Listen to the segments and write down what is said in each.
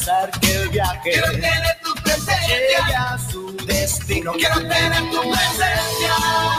pensar que el viaje quiero tener tu presencia, llega a su destino. Quiero tener tu presencia.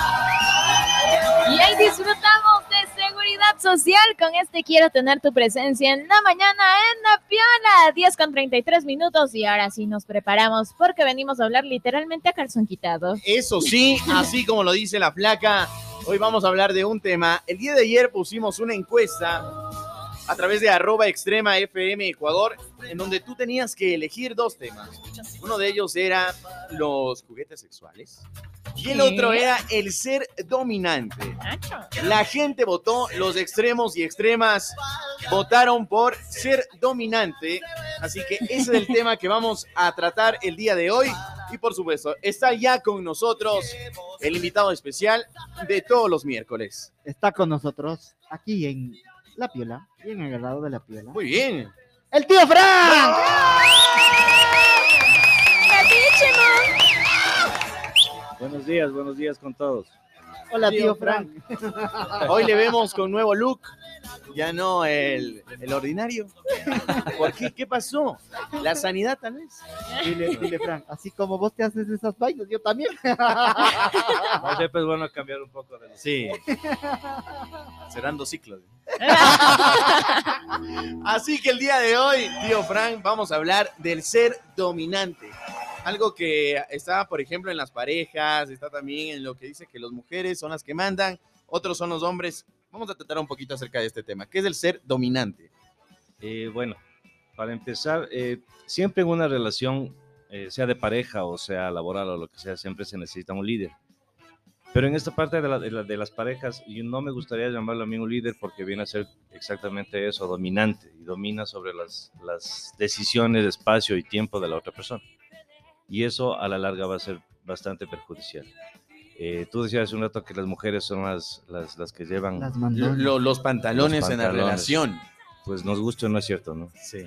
Y ahí disfrutamos de Seguridad Social con este Quiero tener tu presencia en la mañana en La Piola, 10:33. Y ahora sí nos preparamos porque venimos a hablar literalmente a calzón quitado. Eso sí, así como lo dice la flaca, hoy vamos a hablar de un tema. El día de ayer pusimos una encuesta a través de @extremafm Ecuador, en donde tú tenías que elegir dos temas. Uno de ellos era los juguetes sexuales y el otro era el ser dominante. La gente votó, los extremos y extremas votaron por ser dominante, así que ese es el tema que vamos a tratar el día de hoy. Y por supuesto, está ya con nosotros el invitado especial de todos los miércoles. Está con nosotros aquí en La Piola, bien agarrado de La Piola. Muy bien. ¡El tío Frank! Buenos días con todos. Hola, tío Frank. Hoy le vemos con nuevo look, ya no el ordinario. ¿Por qué? ¿Qué pasó? ¿La sanidad tal vez? Dile, Frank, así como vos te haces esas vainas, yo también. No, siempre es bueno cambiar un poco de... Sí. Serán 2 ciclos. Así que el día de hoy, tío Frank, vamos a hablar del ser dominante. Algo que está, por ejemplo, en las parejas, está también en lo que dice que las mujeres son las que mandan, otros son los hombres. Vamos a tratar un poquito acerca de este tema. ¿Qué es el ser dominante? Bueno, para empezar, siempre en una relación, sea de pareja o sea laboral o lo que sea, siempre se necesita un líder. Pero en esta parte de las parejas, yo no me gustaría llamarlo a mí un líder porque viene a ser exactamente eso, dominante, y domina sobre las decisiones, espacio y tiempo de la otra persona. Y eso a la larga va a ser bastante perjudicial. Tú decías hace un rato que las mujeres son las que llevan los pantalones en la relación. Pues nos gusta, no es cierto, ¿no? Sí.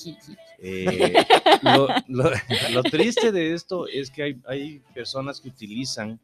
Lo triste de esto es que hay personas que utilizan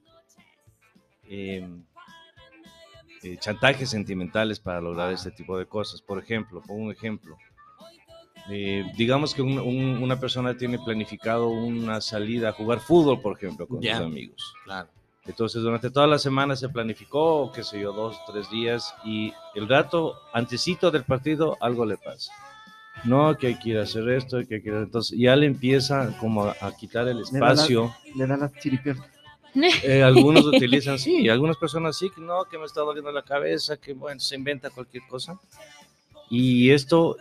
chantajes sentimentales para lograr este tipo de cosas. Por ejemplo, pongo un ejemplo. Digamos que una persona tiene planificado una salida a jugar fútbol, por ejemplo, con sus amigos. Claro. Entonces, durante toda la semana se planificó, qué sé yo, 2, 3 días, y el rato, antesito del partido, algo le pasa. No, que hay que ir a hacer esto, que hay que ir a... Entonces, ya le empieza como a quitar el espacio. Le dan las chiripiornas. Algunos utilizan, sí, algunas personas sí, que no, que me está doliendo la cabeza, que bueno, se inventa cualquier cosa. Y esto...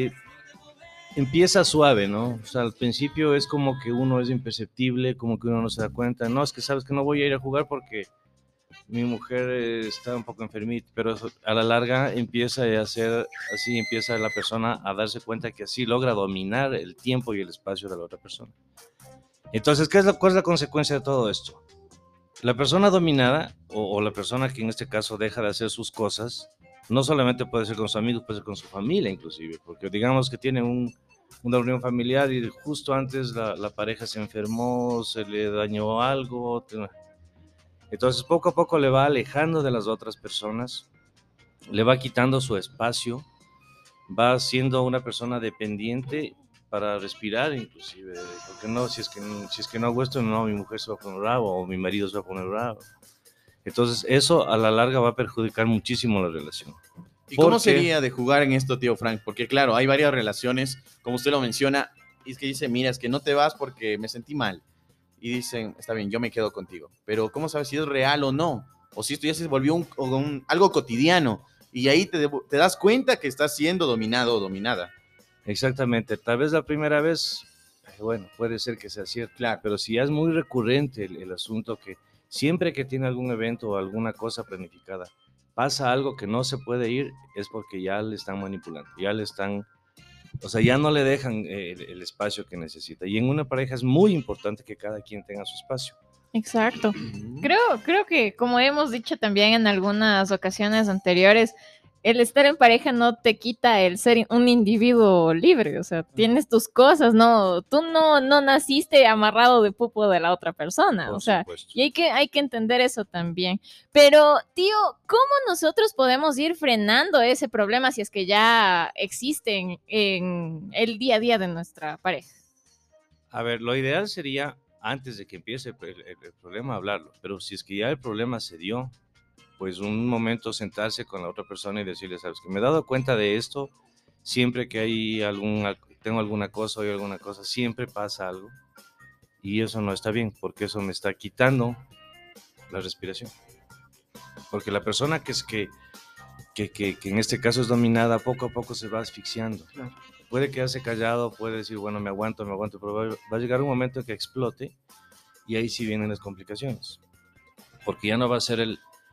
empieza suave, ¿no? O sea, al principio es como que uno es imperceptible, como que uno no se da cuenta. No, es que sabes que no voy a ir a jugar porque mi mujer está un poco enfermita, pero a la larga empieza a hacer así, empieza la persona a darse cuenta que así logra dominar el tiempo y el espacio de la otra persona. Entonces, ¿cuál es la consecuencia de todo esto? La persona dominada, o la persona que en este caso deja de hacer sus cosas, no solamente puede ser con sus amigos, puede ser con su familia inclusive, porque digamos que tienen una reunión familiar y justo antes la pareja se enfermó, se le dañó algo, entonces poco a poco le va alejando de las otras personas, le va quitando su espacio, va siendo una persona dependiente para respirar inclusive, porque no, si es que no hago esto, no, mi mujer se va a poner bravo o mi marido se va a poner bravo. Entonces eso a la larga va a perjudicar muchísimo la relación. ¿Y cómo sería de jugar en esto, tío Frank? Porque claro, hay varias relaciones, como usted lo menciona, y es que dice, mira, es que no te vas porque me sentí mal. Y dicen, está bien, yo me quedo contigo. Pero ¿cómo sabes si es real o no? O si esto ya se volvió algo cotidiano. Y ahí te das cuenta que estás siendo dominado o dominada. Exactamente. Tal vez la primera vez, bueno, puede ser que sea cierto. Claro. Pero si ya es muy recurrente el asunto que siempre que tiene algún evento o alguna cosa planificada, pasa algo que no se puede ir, es porque ya le están manipulando, ya le están, o sea, ya no le dejan el espacio que necesita. Y en una pareja es muy importante que cada quien tenga su espacio. Exacto. Creo que, como hemos dicho también en algunas ocasiones anteriores, el estar en pareja no te quita el ser un individuo libre, o sea, tienes tus cosas, no, tú no naciste amarrado de pupo de la otra persona, Por o sea, supuesto. y hay que entender eso también. Pero, tío, ¿cómo nosotros podemos ir frenando ese problema si es que ya existen en el día a día de nuestra pareja? A ver, lo ideal sería, antes de que empiece el problema, hablarlo. Pero si es que ya el problema se dio, pues un momento sentarse con la otra persona y decirle, sabes que me he dado cuenta de esto, siempre que tengo alguna cosa o hay alguna cosa, siempre pasa algo. Y eso no está bien, porque eso me está quitando la respiración. Porque la persona que en este caso es dominada, poco a poco se va asfixiando. Claro. Puede quedarse callado, puede decir, bueno, me aguanto, pero va a llegar un momento en que explote y ahí sí vienen las complicaciones. Porque ya no va a ser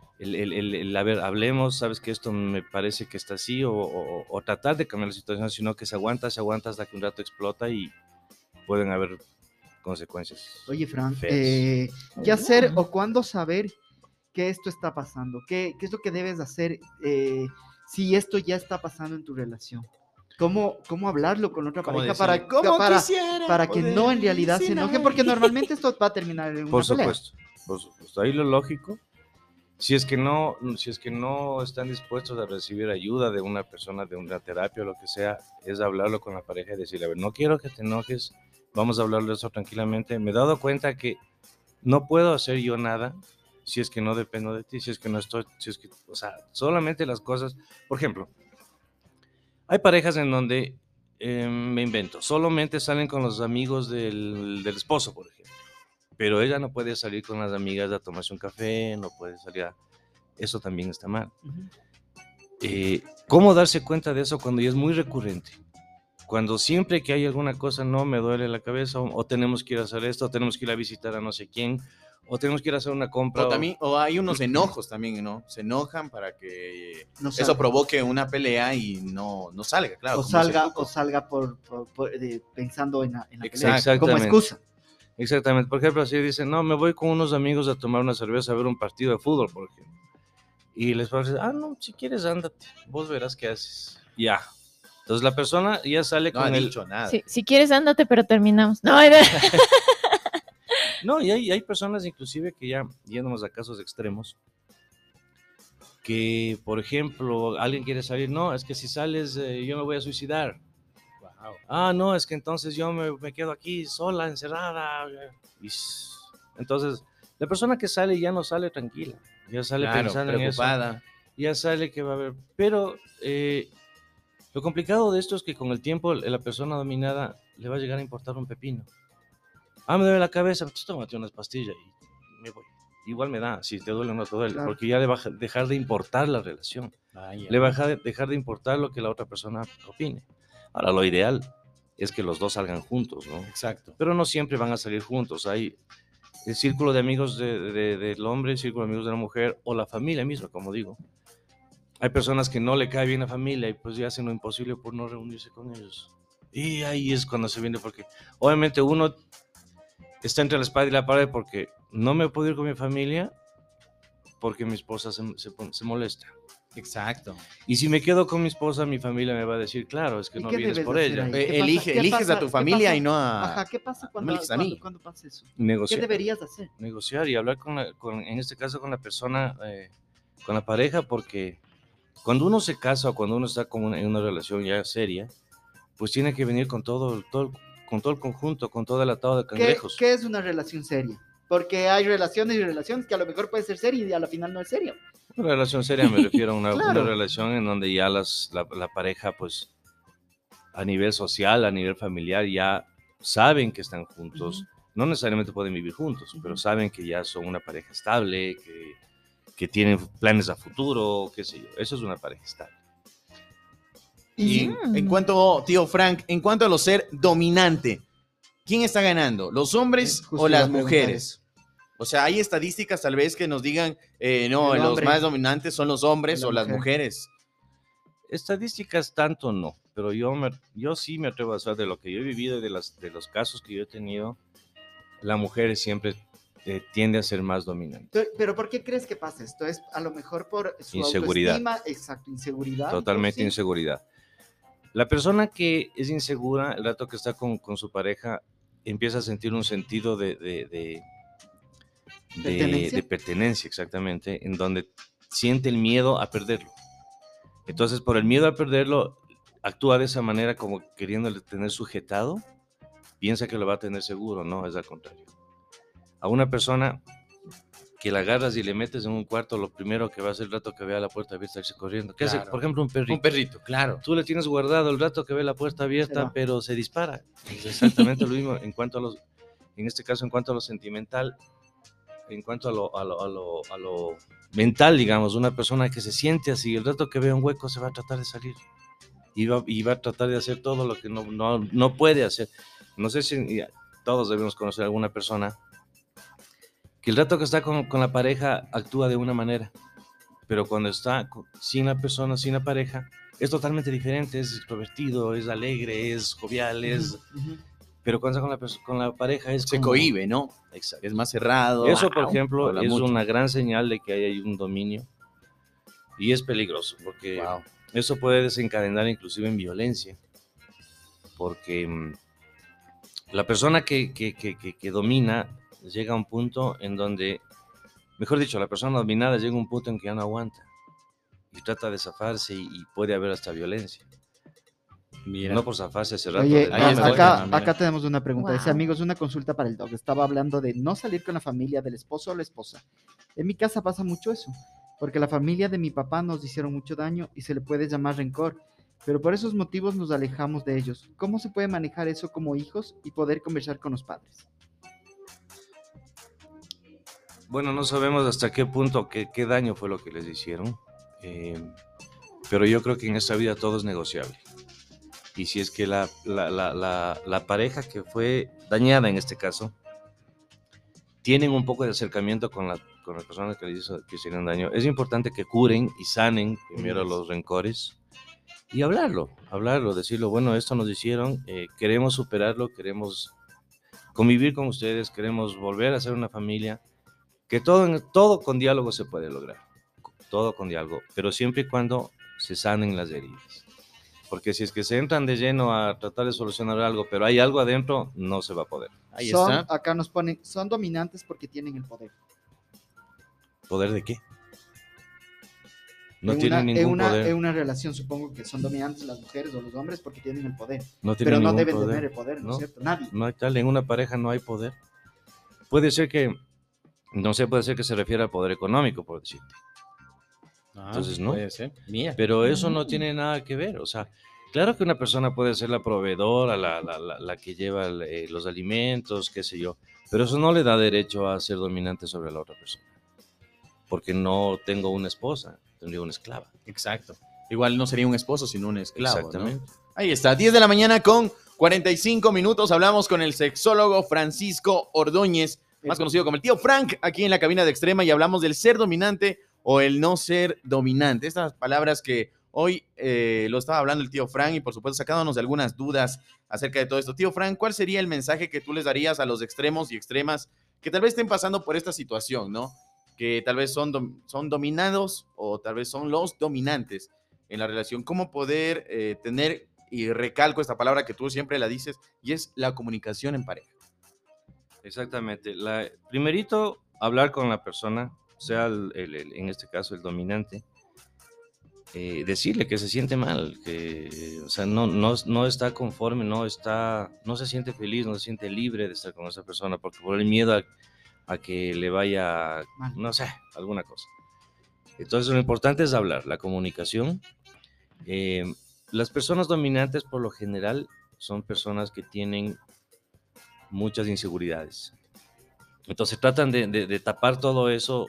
a ver, hablemos, sabes que esto me parece que está así, o tratar de cambiar la situación, sino que se aguanta hasta que un rato explota y pueden haber consecuencias. Oye, Frank, feas. ¿qué hacer o cuándo saber que esto está pasando? ¿Qué es lo que debes hacer si esto ya está pasando en tu relación? ¿Cómo hablarlo con otra ¿Cómo pareja decirle, "¿Cómo quisiera para que poder no en realidad se sin enoje? alguien"? Porque normalmente esto va a terminar en una Por pelea. supuesto. Ahí lo lógico, si es que no están dispuestos a recibir ayuda de una persona, de una terapia o lo que sea, es hablarlo con la pareja y decirle, a ver, no quiero que te enojes, vamos a hablarlo de eso tranquilamente. Me he dado cuenta que no puedo hacer yo nada si es que no dependo de ti, o sea, solamente las cosas, por ejemplo, hay parejas en donde, me invento, solamente salen con los amigos del esposo, por ejemplo, pero ella no puede salir con las amigas a tomarse un café, no puede salir Eso también está mal. Ujú. ¿Cómo darse cuenta de eso cuando ya es muy recurrente? Cuando siempre que hay alguna cosa no me duele la cabeza, o tenemos que ir a hacer esto, o tenemos que ir a visitar a no sé quién, o tenemos que ir a hacer una compra. O hay unos enojos también, ¿no? Se enojan para que No eso salga. provoque una pelea y no salga, claro. O como dice salga, Tuco. o salga pensando en la pelea, Exactamente. como excusa. Exactamente. Por ejemplo, así dicen, no, me voy con unos amigos a tomar una cerveza a ver un partido de fútbol, por ejemplo. Y les va a decir, no, si quieres, ándate, vos verás qué haces. Ya. Entonces la persona ya sale No con ha el... dicho nada. Sí, si quieres, ándate, pero terminamos. No, No, y hay personas inclusive que ya yéndonos a casos extremos, que, por ejemplo, alguien quiere salir, no, es que si sales yo me voy a suicidar. Wow. No, es que entonces yo me quedo aquí sola, encerrada. Entonces, la persona que sale ya no sale tranquila, ya sale Claro, pensando en eso, preocupada. ya sale que va a haber. Pero lo complicado de esto es que con el tiempo la persona dominada le va a llegar a importar un pepino. Me duele la cabeza, pues tómate unas pastillas y me voy. Igual me da, si te duele o no te duele, Claro. porque ya le va a dejar de importar la relación. Vaya. Le va a dejar de importar lo que la otra persona opine. Ahora, lo ideal es que los dos salgan juntos, ¿no? Exacto. Pero no siempre van a salir juntos. Hay el círculo de amigos del hombre, el círculo de amigos de la mujer, o la familia misma, como digo. Hay personas que no le cae bien la familia y pues ya hacen lo imposible por no reunirse con ellos. Y ahí es cuando se viene, porque obviamente uno está entre la espada y la pared porque no me puedo ir con mi familia porque mi esposa se molesta. Exacto. Y si me quedo con mi esposa, mi familia me va a decir, claro, es que ¿Y no qué vienes debes por hacer ella. ahí? ¿Qué Eliges pasa? a tu ¿Qué familia pasa? y no a... Ajá, ¿qué pasa no me eliges a mí. cuando pasa eso? Negociar. ¿Qué deberías hacer? Negociar y hablar en este caso con la persona, con la pareja, porque cuando uno se casa o cuando uno está en una relación ya seria, pues tiene que venir con todo el conjunto, con todo el atado de cangrejos. ¿Qué es una relación seria? Porque hay relaciones y relaciones que a lo mejor puede ser seria y a la final no es seria. Una relación seria me refiero a una Claro. relación en donde ya la pareja, pues, a nivel social, a nivel familiar, ya saben que están juntos. Ujú. No necesariamente pueden vivir juntos, pero saben que ya son una pareja estable, que tienen planes a futuro, qué sé yo. Eso es una pareja estable. Y en cuanto, tío Frank, en cuanto a lo ser dominante, ¿quién está ganando? ¿Los hombres Justo o iba a las preguntar mujeres? O sea, hay estadísticas tal vez que nos digan, no, El los hombre. más dominantes son los hombres La o las mujer. mujeres. Estadísticas tanto no, pero yo sí me atrevo a hablar de lo que yo he vivido y de los casos que yo he tenido. La mujer siempre tiende a ser más dominante. Pero ¿por qué crees que pasa esto? ¿Es a lo mejor por su Inseguridad. autoestima? Exacto, inseguridad. Totalmente ¿sí? inseguridad. La persona que es insegura, el rato que está con su pareja, empieza a sentir un sentido ¿Pertenencia? de pertenencia, exactamente, en donde siente el miedo a perderlo. Entonces, por el miedo a perderlo, actúa de esa manera como queriéndole tener sujetado, piensa que lo va a tener seguro, no, es al contrario. A una persona que la agarras y le metes en un cuarto, lo primero que va a hacer el rato que vea la puerta abierta, irse corriendo. ¿Qué hace? Claro. Por ejemplo, un perrito. Un perrito, claro. Tú le tienes guardado el rato que ve la puerta Se abierta, va. pero se dispara. Es exactamente lo mismo en cuanto a los, en este caso, en cuanto a lo sentimental, en cuanto a lo mental, digamos, una persona que se siente así, el rato que ve un hueco se va a tratar de salir y va a tratar de hacer todo lo que no puede hacer. No sé si todos debemos conocer a alguna persona que el rato que está con la pareja actúa de una manera, pero cuando está sin la persona, sin la pareja, es totalmente diferente, es extrovertido, es alegre, es jovial, es... Ujú. Pero cuando está con la pareja es Se como... cohíbe, ¿no? Exacto. Es más cerrado. Eso, por ejemplo, habla es mucho. una gran señal de que hay un dominio y es peligroso, porque Wow. eso puede desencadenar inclusive en violencia, porque la persona que domina llega a un punto en donde, mejor dicho, la persona dominada llega a un punto en que ya no aguanta y trata de zafarse y puede haber hasta violencia. Mira. No por zafarse hace rato. Oye, ahí está, acá, mira. acá tenemos una pregunta. Dice, Wow. amigos, una consulta para el doc. Estaba hablando de no salir con la familia del esposo o la esposa. En mi casa pasa mucho eso, porque la familia de mi papá nos hicieron mucho daño y se le puede llamar rencor, pero por esos motivos nos alejamos de ellos. ¿Cómo se puede manejar eso como hijos y poder conversar con los padres? Bueno, no sabemos hasta qué punto, qué daño fue lo que les hicieron, pero yo creo que en esta vida todo es negociable. Y si es que la pareja que fue dañada en este caso, tienen un poco de acercamiento con las personas que les hicieron daño, es importante que curen y sanen primero los rencores y hablarlo, decirlo, bueno, esto nos hicieron, queremos superarlo, queremos convivir con ustedes, queremos volver a ser una familia, que todo con diálogo se puede lograr, todo con diálogo, pero siempre y cuando se sanen las heridas. Porque si es que se entran de lleno a tratar de solucionar algo, pero hay algo adentro, no se va a poder. Ahí Son, está. acá nos ponen, son dominantes porque tienen el poder. ¿Poder de qué? No en tienen ningún poder. En una relación supongo que son dominantes las mujeres o los hombres porque tienen el poder. No Pero tienen no ningún deben poder. tener el poder, ¿no es cierto? Nadie. No hay tal, en una pareja no hay poder. Puede ser que, no sé, puede ser que se refiera al poder económico, por decirte. Entonces, no. Puede ser. Mira. Pero eso no tiene nada que ver, o sea, claro que una persona puede ser la proveedora, la que lleva los alimentos, qué sé yo, pero eso no le da derecho a ser dominante sobre la otra persona. Porque no tengo una esposa, tendría una esclava. Exacto. Igual no sería un esposo, sino un esclavo. Exactamente. ¿no? Ahí está, 10 de la mañana con 45 minutos. Hablamos con el sexólogo Francisco Ordóñez, más conocido como el tío Frank, aquí en la cabina de Extrema, y hablamos del ser dominante o el no ser dominante. Estas palabras que hoy lo estaba hablando el tío Frank y por supuesto sacándonos de algunas dudas acerca de todo esto. Tío Frank, ¿cuál sería el mensaje que tú les darías a los extremos y extremas que tal vez estén pasando por esta situación, ¿no? Que tal vez son dominados o tal vez son los dominantes en la relación? ¿Cómo poder tener, y recalco esta palabra que tú siempre la dices, y es la comunicación en pareja? Exactamente. Primerito, hablar con la persona, sea en este caso el dominante, decirle que se siente mal, que o sea, no está conforme, no se siente feliz, no se siente libre de estar con esa persona, porque por el miedo a que le vaya, no sé, alguna cosa. Entonces lo importante es hablar, la comunicación. Las personas dominantes por lo general son personas que tienen muchas inseguridades. Entonces tratan de tapar todo eso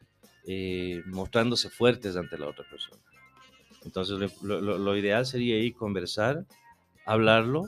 mostrándose fuertes ante la otra persona. Entonces lo ideal sería ir conversar, hablarlo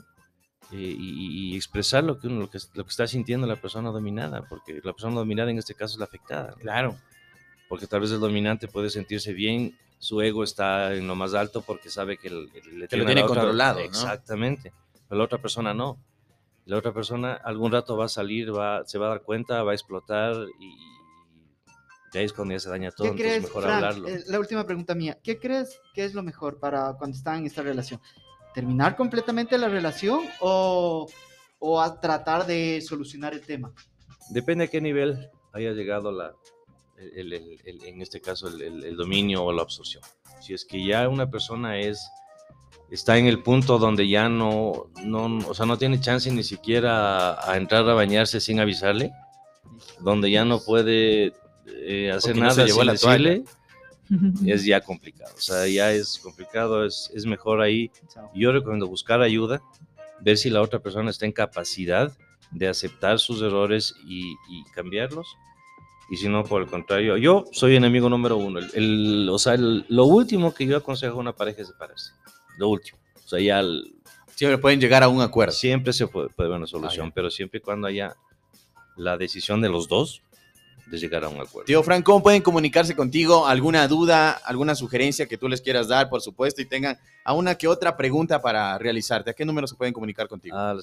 y expresar lo que está sintiendo la persona dominada, porque la persona dominada en este caso es la afectada, ¿no? Claro. Porque tal vez el dominante puede sentirse bien, su ego está en lo más alto porque sabe que le lo tiene controlado, ¿no? Exactamente, pero la otra persona no. La otra persona algún rato va a salir, se va a dar cuenta, va a explotar y de ahí es cuando ya se daña todo. ¿Qué Entonces crees, mejor Frank? hablarlo. La última pregunta mía. ¿Qué crees que es lo mejor para cuando están en esta relación? ¿Terminar completamente la relación o a tratar de solucionar el tema? Depende a qué nivel haya llegado en este caso el dominio o la absorción. Si es que ya una persona está en el punto donde ya o sea, no tiene chance ni siquiera a entrar a bañarse sin avisarle, donde ya no puede hacer Porque no se nada llevó sin la decirle, es ya complicado. O sea, ya es complicado, es mejor ahí. Chao. Yo recomiendo buscar ayuda, ver si la otra persona está en capacidad de aceptar sus errores y cambiarlos. Y si no, por el contrario, yo soy enemigo número uno. Lo último que yo aconsejo a una pareja es separarse. Lo último. O sea, ya Siempre pueden llegar a un acuerdo. siempre se puede ver una solución, pero siempre y cuando haya la decisión de los dos de llegar a un acuerdo. Tío Frank, ¿cómo pueden comunicarse contigo? ¿Alguna duda, alguna sugerencia que tú les quieras dar, por supuesto, y tengan a una que otra pregunta para realizarte? ¿A qué número se pueden comunicar contigo? Al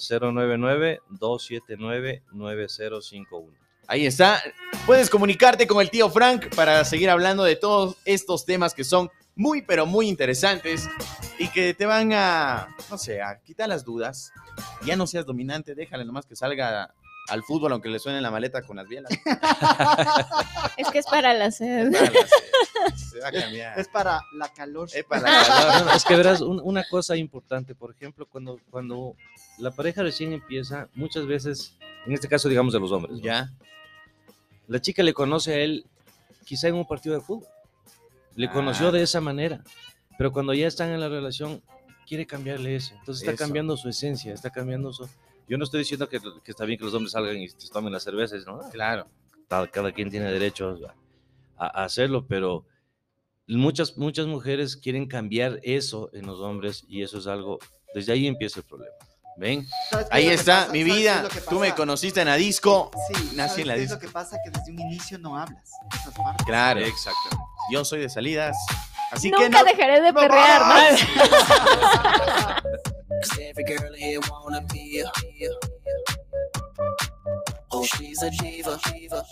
099-279-9051. Ahí está. Puedes comunicarte con el tío Frank para seguir hablando de todos estos temas que son muy, pero muy interesantes y que te van a, no sé, a quitar las dudas. Ya no seas dominante, déjale nomás que salga al fútbol aunque le suene la maleta con las bielas. Es que es para la sed. Se va a cambiar. Es para la calor. Es para la calor. No, es que verás, una cosa importante, por ejemplo, cuando la pareja recién empieza, muchas veces, en este caso digamos de los hombres, ¿no? Ya. La chica le conoce a él quizá en un partido de fútbol, le conoció de esa manera, pero cuando ya están en la relación quiere cambiarle eso, entonces está cambiando su esencia, está cambiando su... Yo no estoy diciendo que está bien que los hombres salgan y se tomen las cervezas, ¿no? Claro. Cada quien tiene derecho a hacerlo, pero muchas mujeres quieren cambiar eso en los hombres y eso es algo, desde ahí empieza el problema. ¿Ven? Ahí está, mi vida. Tú me conociste en la disco. Sí, Nací en la ¿qué es disco. lo que pasa? Que desde un inicio no hablas. Esas partes. Claro. Exacto. Yo soy de salidas. Así Nunca que no. dejaré de ¡No perrear, más! ¿no? 'Cause every girl here wanna be a. Oh, she's a diva.